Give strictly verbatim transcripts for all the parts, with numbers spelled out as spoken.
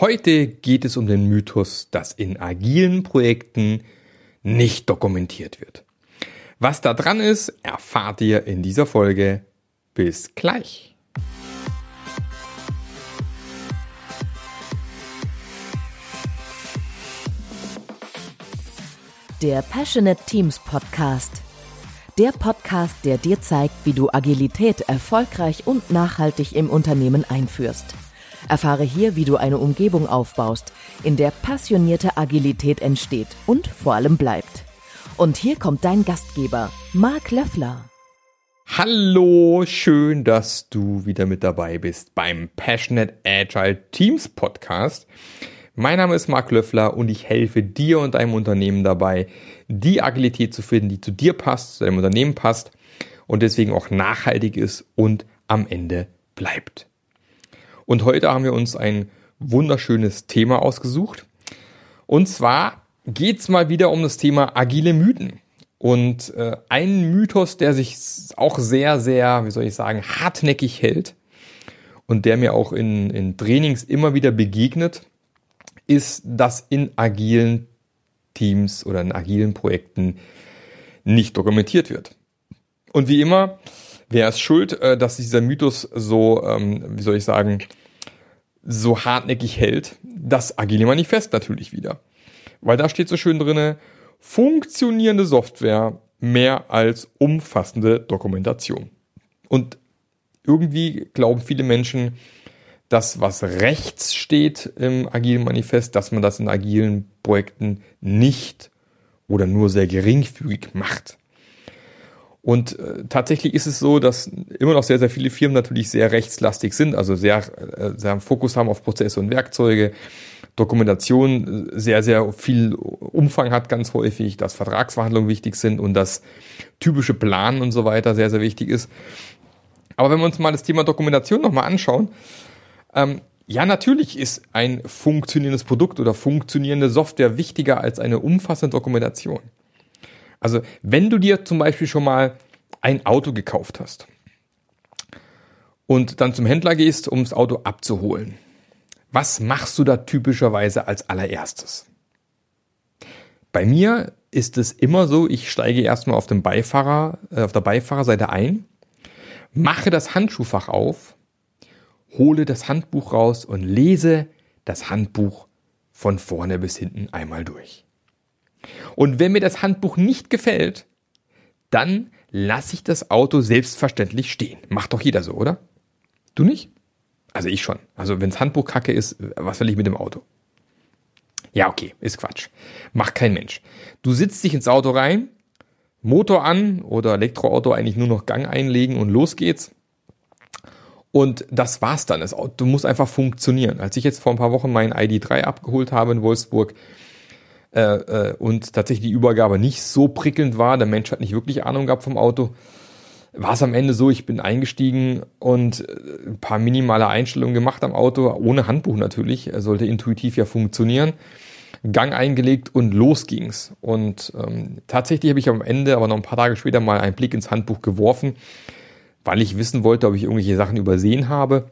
Heute geht es um den Mythos, dass in agilen Projekten nicht dokumentiert wird. Was da dran ist, erfahrt ihr in dieser Folge. Bis gleich. Der Passionate Teams Podcast. Der Podcast, der dir zeigt, wie du Agilität erfolgreich und nachhaltig im Unternehmen einführst. Erfahre hier, wie du eine Umgebung aufbaust, in der passionierte Agilität entsteht und vor allem bleibt. Und hier kommt dein Gastgeber, Marc Löffler. Hallo, schön, dass du wieder mit dabei bist beim Passionate Agile Teams Podcast. Mein Name ist Marc Löffler und ich helfe dir und deinem Unternehmen dabei, die Agilität zu finden, die zu dir passt, zu deinem Unternehmen passt und deswegen auch nachhaltig ist und am Ende bleibt. Und heute haben wir uns ein wunderschönes Thema ausgesucht. Und zwar geht es mal wieder um das Thema agile Mythen. Und äh, ein Mythos, der sich auch sehr, sehr, wie soll ich sagen, hartnäckig hält und der mir auch in, in Trainings immer wieder begegnet, ist, dass in agilen Teams oder in agilen Projekten nicht dokumentiert wird. Und wie immer, wer ist schuld, dass dieser Mythos so, wie soll ich sagen, so hartnäckig hält? Das Agile Manifest natürlich wieder. Weil da steht so schön drinne, funktionierende Software mehr als umfassende Dokumentation. Und irgendwie glauben viele Menschen, das, was rechts steht im agilen Manifest, dass man das in agilen Projekten nicht oder nur sehr geringfügig macht. Und äh, tatsächlich ist es so, dass immer noch sehr, sehr viele Firmen natürlich sehr rechtslastig sind, also sehr, äh, sehr Fokus haben auf Prozesse und Werkzeuge, Dokumentation sehr, sehr viel Umfang hat ganz häufig, dass Vertragsverhandlungen wichtig sind und das typische Planen und so weiter sehr, sehr wichtig ist. Aber wenn wir uns mal das Thema Dokumentation nochmal anschauen, Ähm, ja, natürlich ist ein funktionierendes Produkt oder funktionierende Software wichtiger als eine umfassende Dokumentation. Also, wenn du dir zum Beispiel schon mal ein Auto gekauft hast und dann zum Händler gehst, um das Auto abzuholen, was machst du da typischerweise als allererstes? Bei mir ist es immer so, ich steige erstmal auf dem Beifahrer, äh, auf der Beifahrerseite ein, mache das Handschuhfach auf, hole das Handbuch raus und lese das Handbuch von vorne bis hinten einmal durch. Und wenn mir das Handbuch nicht gefällt, dann lasse ich das Auto selbstverständlich stehen. Macht doch jeder so, oder? Du nicht? Also ich schon. Also wenn das Handbuch kacke ist, was will ich mit dem Auto? Ja, okay, ist Quatsch. Macht kein Mensch. Du sitzt dich ins Auto rein, Motor an oder Elektroauto eigentlich nur noch Gang einlegen und los geht's. Und das war's dann. Das Auto muss einfach funktionieren. Als ich jetzt vor ein paar Wochen mein I D drei abgeholt habe in Wolfsburg äh, äh, und tatsächlich die Übergabe nicht so prickelnd war, der Mensch hat nicht wirklich Ahnung gehabt vom Auto, war es am Ende so, ich bin eingestiegen und ein paar minimale Einstellungen gemacht am Auto, ohne Handbuch natürlich, er sollte intuitiv ja funktionieren, Gang eingelegt und los ging's. Und ähm, tatsächlich habe ich am Ende, aber noch ein paar Tage später mal einen Blick ins Handbuch geworfen, weil ich wissen wollte, ob ich irgendwelche Sachen übersehen habe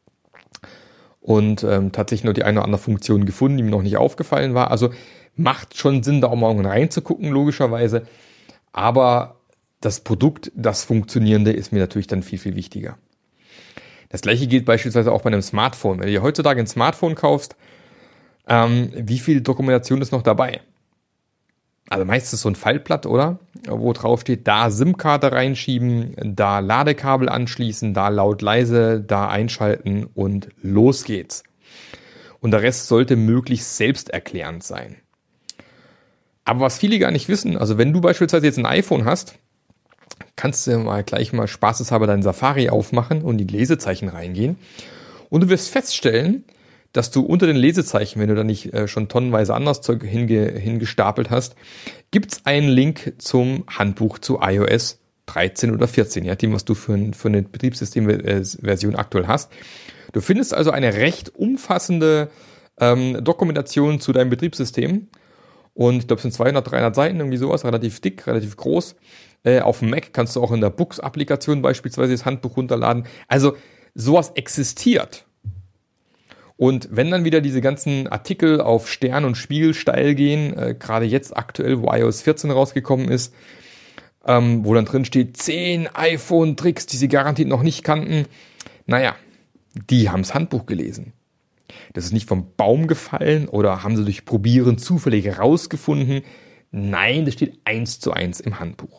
und ähm, tatsächlich noch die eine oder andere Funktion gefunden, die mir noch nicht aufgefallen war. Also macht schon Sinn, da auch mal reinzugucken, logischerweise. Aber das Produkt, das Funktionierende, ist mir natürlich dann viel, viel wichtiger. Das gleiche gilt beispielsweise auch bei einem Smartphone. Wenn du dir heutzutage ein Smartphone kaufst, ähm, wie viel Dokumentation ist noch dabei? Also meistens so ein Faltblatt, oder? Wo drauf steht, da SIM-Karte reinschieben, da Ladekabel anschließen, da laut leise, da einschalten und los geht's. Und der Rest sollte möglichst selbsterklärend sein. Aber was viele gar nicht wissen, also wenn du beispielsweise jetzt ein iPhone hast, kannst du mal gleich mal spaßeshalber deinen Safari aufmachen und in die Lesezeichen reingehen. Und du wirst feststellen, dass du unter den Lesezeichen, wenn du da nicht äh, schon tonnenweise anderes Zeug hinge, hingestapelt hast, gibt's einen Link zum Handbuch zu i O S dreizehn oder vierzehn, je nachdem, was du für, ein, für eine Betriebssystemversion aktuell hast. Du findest also eine recht umfassende ähm, Dokumentation zu deinem Betriebssystem. Und ich glaube, es sind zweihundert, dreihundert Seiten, irgendwie sowas, relativ dick, relativ groß. Äh, auf dem Mac kannst du auch in der Books-Applikation beispielsweise das Handbuch runterladen. Also sowas existiert. Und wenn dann wieder diese ganzen Artikel auf Stern und Spiegel steil gehen, äh, gerade jetzt aktuell, wo i O S vierzehn rausgekommen ist, ähm, wo dann drin steht, zehn iPhone-Tricks, die sie garantiert noch nicht kannten, naja, die haben das Handbuch gelesen. Das ist nicht vom Baum gefallen oder haben sie durch Probieren zufällig herausgefunden. Nein, das steht eins zu eins im Handbuch.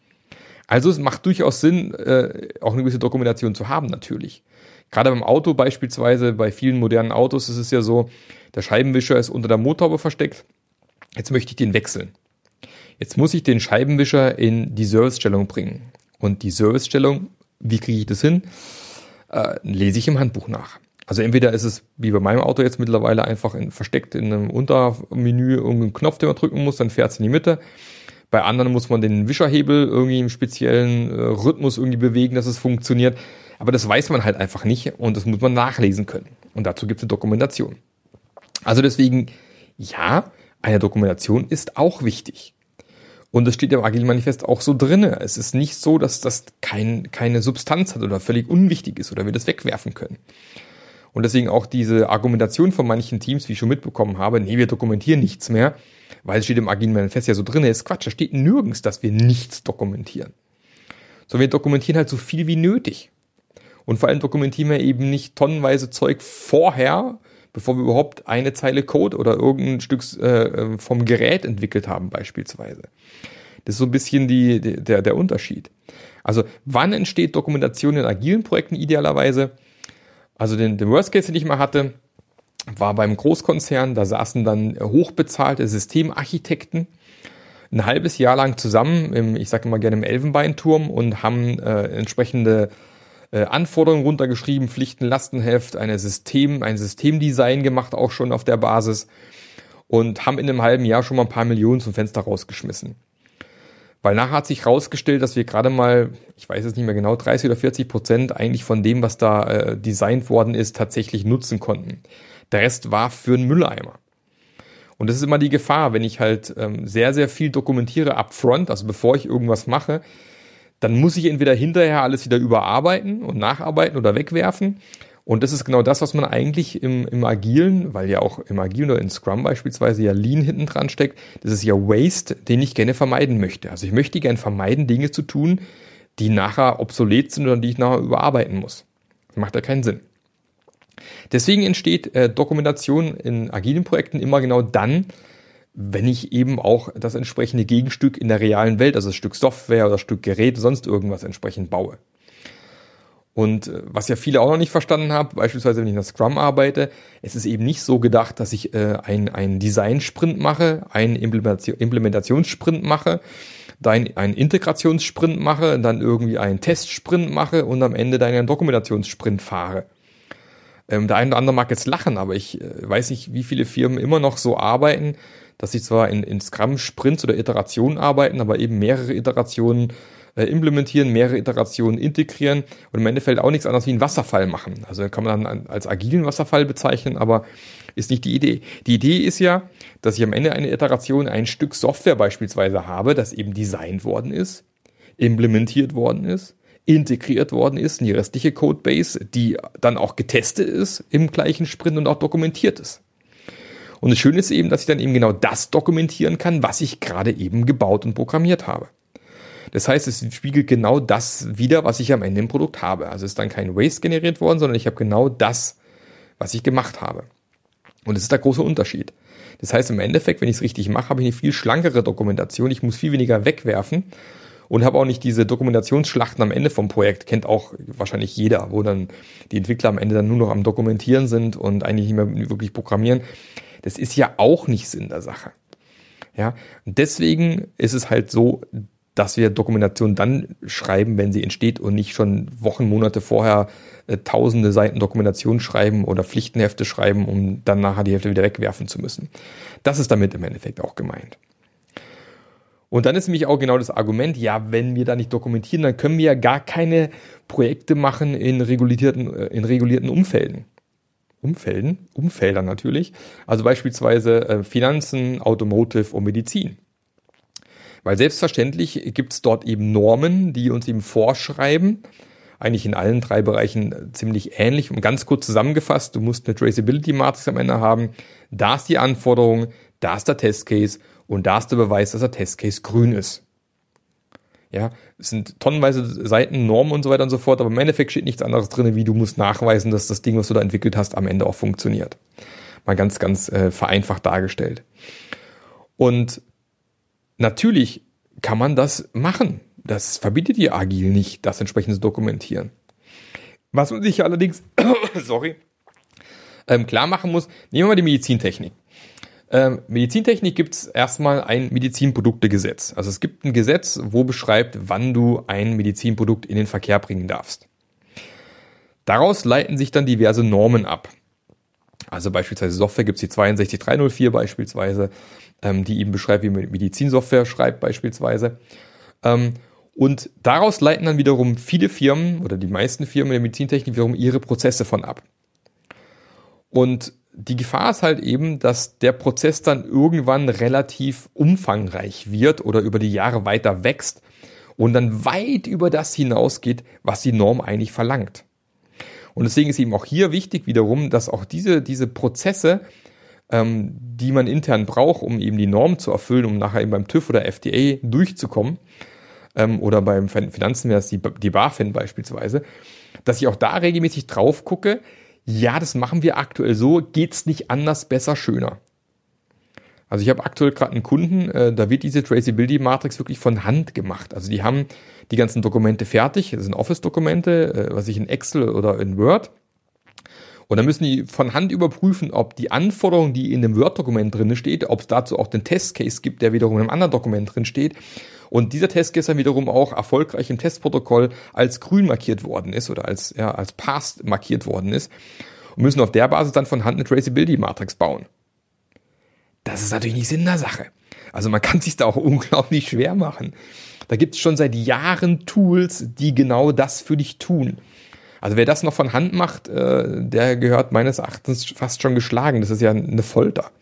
Also es macht durchaus Sinn, äh, auch eine gewisse Dokumentation zu haben natürlich. Gerade beim Auto beispielsweise, bei vielen modernen Autos ist es ja so, der Scheibenwischer ist unter der Motorhaube versteckt. Jetzt möchte ich den wechseln. Jetzt muss ich den Scheibenwischer in die Servicestellung bringen. Und die Servicestellung, wie kriege ich das hin? Äh, lese ich im Handbuch nach. Also entweder ist es, wie bei meinem Auto jetzt mittlerweile, einfach in, versteckt in einem Untermenü irgendeinen Knopf, den man drücken muss, dann fährt es in die Mitte. Bei anderen muss man den Wischerhebel irgendwie im speziellen äh, Rhythmus irgendwie bewegen, dass es funktioniert. Aber das weiß man halt einfach nicht und das muss man nachlesen können. Und dazu gibt es eine Dokumentation. Also deswegen, ja, eine Dokumentation ist auch wichtig. Und es steht im Agile Manifest auch so drinne. Es ist nicht so, dass das kein, keine Substanz hat oder völlig unwichtig ist oder wir das wegwerfen können. Und deswegen auch diese Argumentation von manchen Teams, wie ich schon mitbekommen habe, nee, wir dokumentieren nichts mehr, weil es steht im Agile Manifest ja so drinne, ist Quatsch. Da steht nirgends, dass wir nichts dokumentieren. Sondern wir dokumentieren halt so viel wie nötig. Und vor allem dokumentieren wir eben nicht tonnenweise Zeug vorher, bevor wir überhaupt eine Zeile Code oder irgendein Stück äh, vom Gerät entwickelt haben beispielsweise. Das ist so ein bisschen die, der, der Unterschied. Also wann entsteht Dokumentation in agilen Projekten idealerweise? Also den, den Worst Case, den ich mal hatte, war beim Großkonzern, da saßen dann hochbezahlte Systemarchitekten ein halbes Jahr lang zusammen, im, ich sage immer gerne im Elfenbeinturm und haben äh, entsprechende äh, Anforderungen runtergeschrieben, Pflichten, Lastenheft, eine System, ein Systemdesign gemacht, auch schon auf der Basis und haben in einem halben Jahr schon mal ein paar Millionen zum Fenster rausgeschmissen. Weil nachher hat sich rausgestellt, dass wir gerade mal, ich weiß jetzt nicht mehr genau, dreißig oder vierzig Prozent eigentlich von dem, was da äh, designt worden ist, tatsächlich nutzen konnten. Der Rest war für einen Mülleimer. Und das ist immer die Gefahr, wenn ich halt ähm, sehr, sehr viel dokumentiere upfront, also bevor ich irgendwas mache, dann muss ich entweder hinterher alles wieder überarbeiten und nacharbeiten oder wegwerfen. Und das ist genau das, was man eigentlich im, im Agilen, weil ja auch im Agilen oder in Scrum beispielsweise ja Lean hinten dran steckt, das ist ja Waste, den ich gerne vermeiden möchte. Also ich möchte gerne vermeiden, Dinge zu tun, die nachher obsolet sind oder die ich nachher überarbeiten muss. Das macht ja keinen Sinn. Deswegen entsteht äh, Dokumentation in agilen Projekten immer genau dann, wenn ich eben auch das entsprechende Gegenstück in der realen Welt, also das Stück Software oder das Stück Gerät, sonst irgendwas entsprechend baue. Und äh, was ja viele auch noch nicht verstanden haben, beispielsweise wenn ich nach Scrum arbeite, es ist eben nicht so gedacht, dass ich äh, einen Design-Sprint mache, einen Implementation, Implementationssprint mache, dann einen Integrationssprint mache, dann irgendwie einen Testsprint mache und am Ende dann einen Dokumentationssprint fahre. Ähm, der eine oder andere mag jetzt lachen, aber ich äh, weiß nicht, wie viele Firmen immer noch so arbeiten, dass sie zwar in, in Scrum-Sprints oder Iterationen arbeiten, aber eben mehrere Iterationen äh, implementieren, mehrere Iterationen integrieren und im Endeffekt auch nichts anderes wie einen Wasserfall machen. Also kann man dann als agilen Wasserfall bezeichnen, aber ist nicht die Idee. Die Idee ist ja, dass ich am Ende einer Iteration ein Stück Software beispielsweise habe, das eben designt worden ist, implementiert worden ist, integriert worden ist in die restliche Codebase, die dann auch getestet ist im gleichen Sprint und auch dokumentiert ist. Und das Schöne ist eben, dass ich dann eben genau das dokumentieren kann, was ich gerade eben gebaut und programmiert habe. Das heißt, es spiegelt genau das wider, was ich am Ende im Produkt habe. Also es ist dann kein Waste generiert worden, sondern ich habe genau das, was ich gemacht habe. Und das ist der große Unterschied. Das heißt, im Endeffekt, wenn ich es richtig mache, habe ich eine viel schlankere Dokumentation. Ich muss viel weniger wegwerfen und habe auch nicht diese Dokumentationsschlachten am Ende vom Projekt. Kennt auch wahrscheinlich jeder, wo dann die Entwickler am Ende dann nur noch am Dokumentieren sind und eigentlich nicht mehr wirklich programmieren. Das ist ja auch nicht Sinn der Sache. Ja, und deswegen ist es halt so, dass wir Dokumentation dann schreiben, wenn sie entsteht und nicht schon Wochen, Monate vorher äh, tausende Seiten Dokumentation schreiben oder Pflichtenhefte schreiben, um dann nachher die Hälfte wieder wegwerfen zu müssen. Das ist damit im Endeffekt auch gemeint. Und dann ist nämlich auch genau das Argument, ja, wenn wir da nicht dokumentieren, dann können wir ja gar keine Projekte machen in regulierten, in regulierten Umfelden. Umfelden? Umfeldern natürlich. Also beispielsweise äh, Finanzen, Automotive und Medizin. Weil selbstverständlich gibt es dort eben Normen, die uns eben vorschreiben, eigentlich in allen drei Bereichen ziemlich ähnlich. Und ganz kurz zusammengefasst, du musst eine Traceability-Matrix am Ende haben. Da ist die Anforderung, da ist der Testcase und da ist der Beweis, dass der Testcase grün ist. Ja, es sind tonnenweise Seiten, Normen und so weiter und so fort, aber im Endeffekt steht nichts anderes drin, wie du musst nachweisen, dass das Ding, was du da entwickelt hast, am Ende auch funktioniert. Mal ganz, ganz äh, vereinfacht dargestellt. Und natürlich kann man das machen. Das verbietet dir agil nicht, das entsprechend zu dokumentieren. Was man sich allerdings, sorry, ähm, klar machen muss, nehmen wir mal die Medizintechnik. Ähm, Medizintechnik gibt es erstmal ein Medizinproduktegesetz. Also es gibt ein Gesetz, wo beschreibt, wann du ein Medizinprodukt in den Verkehr bringen darfst. Daraus leiten sich dann diverse Normen ab. Also beispielsweise Software gibt es die zweiundsechzig drei null vier beispielsweise, ähm, die eben beschreibt, wie man Medizinsoftware schreibt beispielsweise. Ähm, und daraus leiten dann wiederum viele Firmen oder die meisten Firmen der Medizintechnik wiederum ihre Prozesse von ab. Und die Gefahr ist halt eben, dass der Prozess dann irgendwann relativ umfangreich wird oder über die Jahre weiter wächst und dann weit über das hinausgeht, was die Norm eigentlich verlangt. Und deswegen ist eben auch hier wichtig wiederum, dass auch diese, diese Prozesse, ähm, die man intern braucht, um eben die Norm zu erfüllen, um nachher eben beim TÜV oder F D A durchzukommen, ähm, oder beim Finanzen wäre es die, die BaFin beispielsweise, dass ich auch da regelmäßig drauf gucke, ja, das machen wir aktuell so, geht's nicht anders, besser, schöner. Also ich habe aktuell gerade einen Kunden, äh, da wird diese Traceability-Matrix wirklich von Hand gemacht. Also die haben die ganzen Dokumente fertig, das sind Office-Dokumente, äh, was ich in Excel oder in Word. Und dann müssen die von Hand überprüfen, ob die Anforderung, die in dem Word-Dokument drin steht, ob es dazu auch den Testcase gibt, der wiederum in einem anderen Dokument drin steht. Und dieser Testcase dann wiederum auch erfolgreich im Testprotokoll als grün markiert worden ist oder als, ja, als passed markiert worden ist. Und müssen auf der Basis dann von Hand eine Traceability-Matrix bauen. Das ist natürlich nicht Sinn der Sache. Also man kann sich da auch unglaublich schwer machen. Da gibt es schon seit Jahren Tools, die genau das für dich tun. Also wer das noch von Hand macht, äh, der gehört meines Erachtens fast schon geschlagen. Das ist ja eine Folter.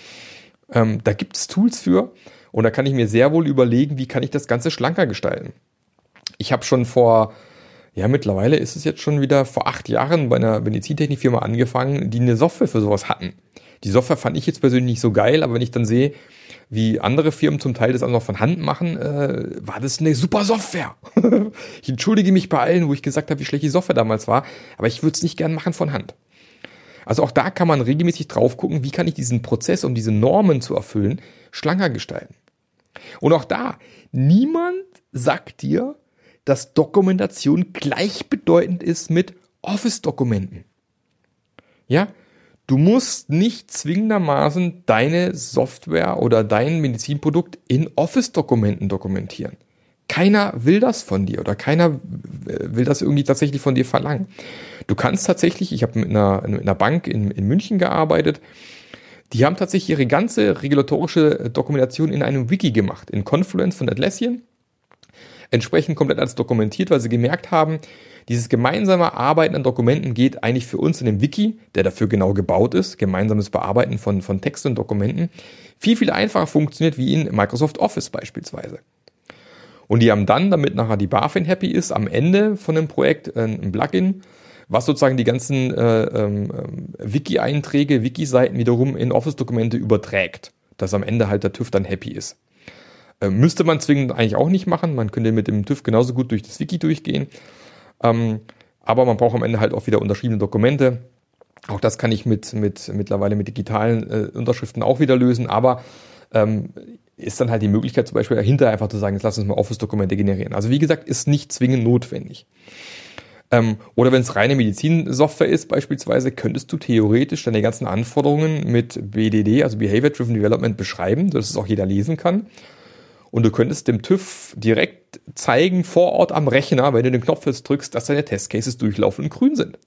Ähm, da gibt es Tools für und da kann ich mir sehr wohl überlegen, wie kann ich das Ganze schlanker gestalten. Ich habe schon vor, ja mittlerweile ist es jetzt schon wieder vor acht Jahren bei einer Medizintechnikfirma angefangen, die eine Software für sowas hatten. Die Software fand ich jetzt persönlich nicht so geil, aber wenn ich dann sehe, wie andere Firmen zum Teil das auch noch von Hand machen, äh, war das eine super Software. Ich entschuldige mich bei allen, wo ich gesagt habe, wie schlecht die Software damals war, aber ich würde es nicht gern machen von Hand. Also auch da kann man regelmäßig drauf gucken, wie kann ich diesen Prozess, um diese Normen zu erfüllen, schlanker gestalten. Und auch da, niemand sagt dir, dass Dokumentation gleichbedeutend ist mit Office-Dokumenten. Ja, du musst nicht zwingendermaßen deine Software oder dein Medizinprodukt in Office-Dokumenten dokumentieren. Keiner will das von dir oder keiner will das irgendwie tatsächlich von dir verlangen. Du kannst tatsächlich, ich habe mit einer, mit einer Bank in, in München gearbeitet, die haben tatsächlich ihre ganze regulatorische Dokumentation in einem Wiki gemacht, in Confluence von Atlassian, entsprechend komplett alles dokumentiert, weil sie gemerkt haben, dieses gemeinsame Arbeiten an Dokumenten geht eigentlich für uns in dem Wiki, der dafür genau gebaut ist, gemeinsames Bearbeiten von, von Texten und Dokumenten, viel, viel einfacher funktioniert wie in Microsoft Office beispielsweise. Und die haben dann, damit nachher die BaFin happy ist, am Ende von dem Projekt ein Plugin, was sozusagen die ganzen äh, ähm, Wiki-Einträge, Wiki-Seiten wiederum in Office-Dokumente überträgt, dass am Ende halt der TÜV dann happy ist. Äh, müsste man zwingend eigentlich auch nicht machen, man könnte mit dem TÜV genauso gut durch das Wiki durchgehen, ähm, aber man braucht am Ende halt auch wieder unterschriebene Dokumente. Auch das kann ich mit, mit mittlerweile mit digitalen äh, Unterschriften auch wieder lösen, aber ähm, ist dann halt die Möglichkeit zum Beispiel dahinter einfach zu sagen, jetzt lass uns mal Office-Dokumente generieren. Also wie gesagt, ist nicht zwingend notwendig. Ähm, oder wenn es reine Medizinsoftware ist beispielsweise, könntest du theoretisch deine ganzen Anforderungen mit B D D, also Behavior Driven Development, beschreiben, sodass es auch jeder lesen kann. Und du könntest dem TÜV direkt zeigen, vor Ort am Rechner, wenn du den Knopf jetzt drückst, dass deine Testcases durchlaufen und grün sind.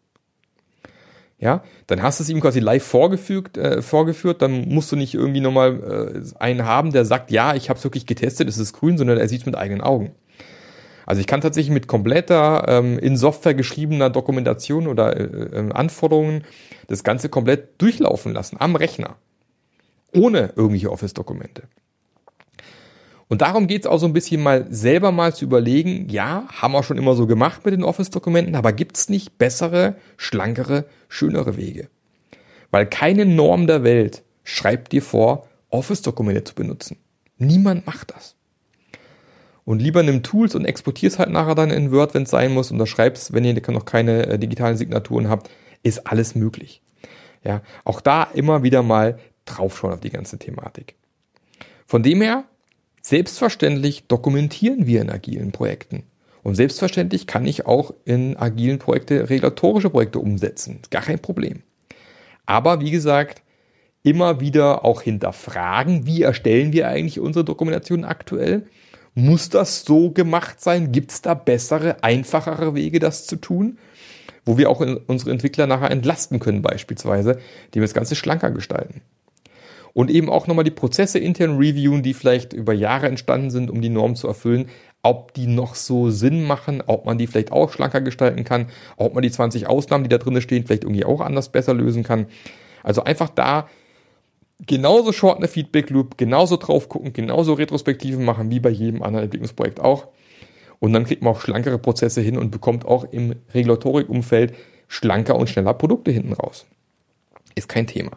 Ja, dann hast du es ihm quasi live vorgefügt, äh, vorgeführt, dann musst du nicht irgendwie nochmal äh, einen haben, der sagt, ja, ich habe es wirklich getestet, es ist grün, sondern er sieht es mit eigenen Augen. Also ich kann tatsächlich mit kompletter, ähm, in Software geschriebener Dokumentation oder äh, Anforderungen das Ganze komplett durchlaufen lassen, am Rechner. Ohne irgendwelche Office-Dokumente. Und darum geht es auch so ein bisschen mal selber mal zu überlegen, ja, haben wir schon immer so gemacht mit den Office-Dokumenten, aber gibt es nicht bessere, schlankere, schönere Wege? Weil keine Norm der Welt schreibt dir vor, Office-Dokumente zu benutzen. Niemand macht das. Und lieber nimm Tools und exportier's halt nachher dann in Word, wenn es sein muss, und da schreibst, wenn ihr noch keine äh, digitalen Signaturen habt, ist alles möglich. Ja, auch da immer wieder mal draufschauen auf die ganze Thematik. Von dem her, selbstverständlich dokumentieren wir in agilen Projekten. Und selbstverständlich kann ich auch in agilen Projekte regulatorische Projekte umsetzen. Gar kein Problem. Aber wie gesagt, immer wieder auch hinterfragen, wie erstellen wir eigentlich unsere Dokumentation aktuell? Muss das so gemacht sein? Gibt es da bessere, einfachere Wege, das zu tun? Wo wir auch unsere Entwickler nachher entlasten können beispielsweise, die wir das Ganze schlanker gestalten. Und eben auch nochmal die Prozesse intern reviewen, die vielleicht über Jahre entstanden sind, um die Norm zu erfüllen, ob die noch so Sinn machen, ob man die vielleicht auch schlanker gestalten kann, ob man die zwanzig Ausnahmen, die da drin stehen, vielleicht irgendwie auch anders besser lösen kann. Also einfach da genauso short eine Feedback Loop, genauso drauf gucken, genauso Retrospektiven machen, wie bei jedem anderen Entwicklungsprojekt auch. Und dann kriegt man auch schlankere Prozesse hin und bekommt auch im Regulatorik-Umfeld schlanker und schneller Produkte hinten raus. Ist kein Thema.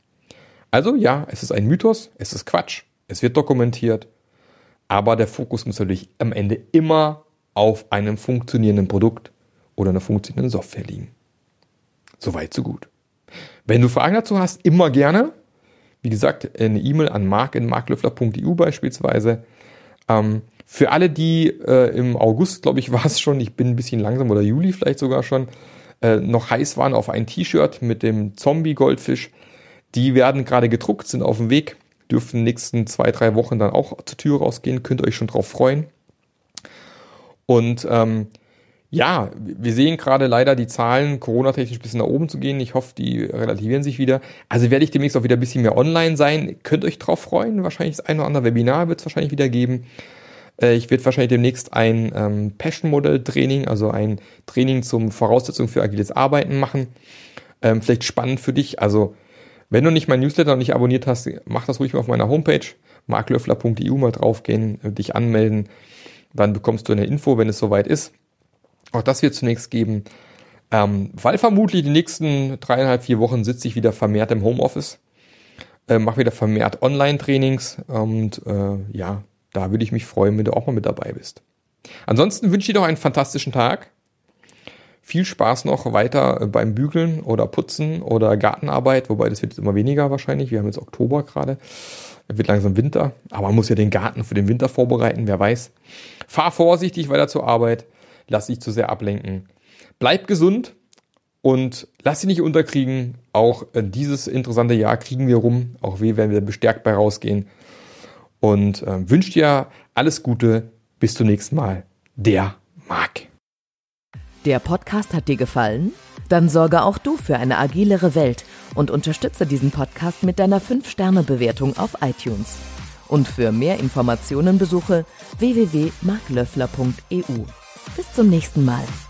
Also ja, es ist ein Mythos, es ist Quatsch, es wird dokumentiert, aber der Fokus muss natürlich am Ende immer auf einem funktionierenden Produkt oder einer funktionierenden Software liegen. Soweit, so gut. Wenn du Fragen dazu hast, immer gerne. Wie gesagt, eine E-Mail an mark at marklöffler punkt e u beispielsweise. Ähm, für alle, die äh, im August, glaube ich, war es schon, ich bin ein bisschen langsam, oder Juli vielleicht sogar schon, äh, noch heiß waren auf ein T-Shirt mit dem Zombie-Goldfisch, die werden gerade gedruckt, sind auf dem Weg, dürften in den nächsten zwei, drei Wochen dann auch zur Tür rausgehen, könnt ihr euch schon drauf freuen. Und ähm, ja, wir sehen gerade leider die Zahlen Corona-technisch ein bisschen nach oben zu gehen. Ich hoffe, die relativieren sich wieder. Also werde ich demnächst auch wieder ein bisschen mehr online sein. Könnt euch drauf freuen. Wahrscheinlich das ein oder andere Webinar wird es wahrscheinlich wieder geben. Äh, ich werde wahrscheinlich demnächst ein ähm, Passion-Modell-Training, also ein Training zum Voraussetzungen für agiles Arbeiten machen. Ähm, vielleicht spannend für dich. Also wenn du nicht mein Newsletter noch nicht abonniert hast, mach das ruhig mal auf meiner Homepage, marklöffler punkt e u, mal draufgehen, dich anmelden. Dann bekommst du eine Info, wenn es soweit ist. Auch das wird zunächst geben, ähm, weil vermutlich die nächsten dreieinhalb, vier Wochen sitze ich wieder vermehrt im Homeoffice, äh, mache wieder vermehrt Online-Trainings und äh, ja, da würde ich mich freuen, wenn du auch mal mit dabei bist. Ansonsten wünsche ich dir noch einen fantastischen Tag. Viel Spaß noch weiter beim Bügeln oder Putzen oder Gartenarbeit, wobei das wird jetzt immer weniger wahrscheinlich. Wir haben jetzt Oktober gerade, es wird langsam Winter, aber man muss ja den Garten für den Winter vorbereiten, wer weiß. Fahr vorsichtig weiter zur Arbeit. Lass dich zu sehr ablenken. Bleib gesund und lass dich nicht unterkriegen. Auch dieses interessante Jahr kriegen wir rum. Auch wir werden wir bestärkt bei rausgehen. Und äh, wünsche dir alles Gute. Bis zum nächsten Mal. Der Marc. Der Podcast hat dir gefallen? Dann sorge auch du für eine agilere Welt und unterstütze diesen Podcast mit deiner fünf Sterne Bewertung auf iTunes. Und für mehr Informationen besuche w w w punkt marklöffler punkt e u. Bis zum nächsten Mal.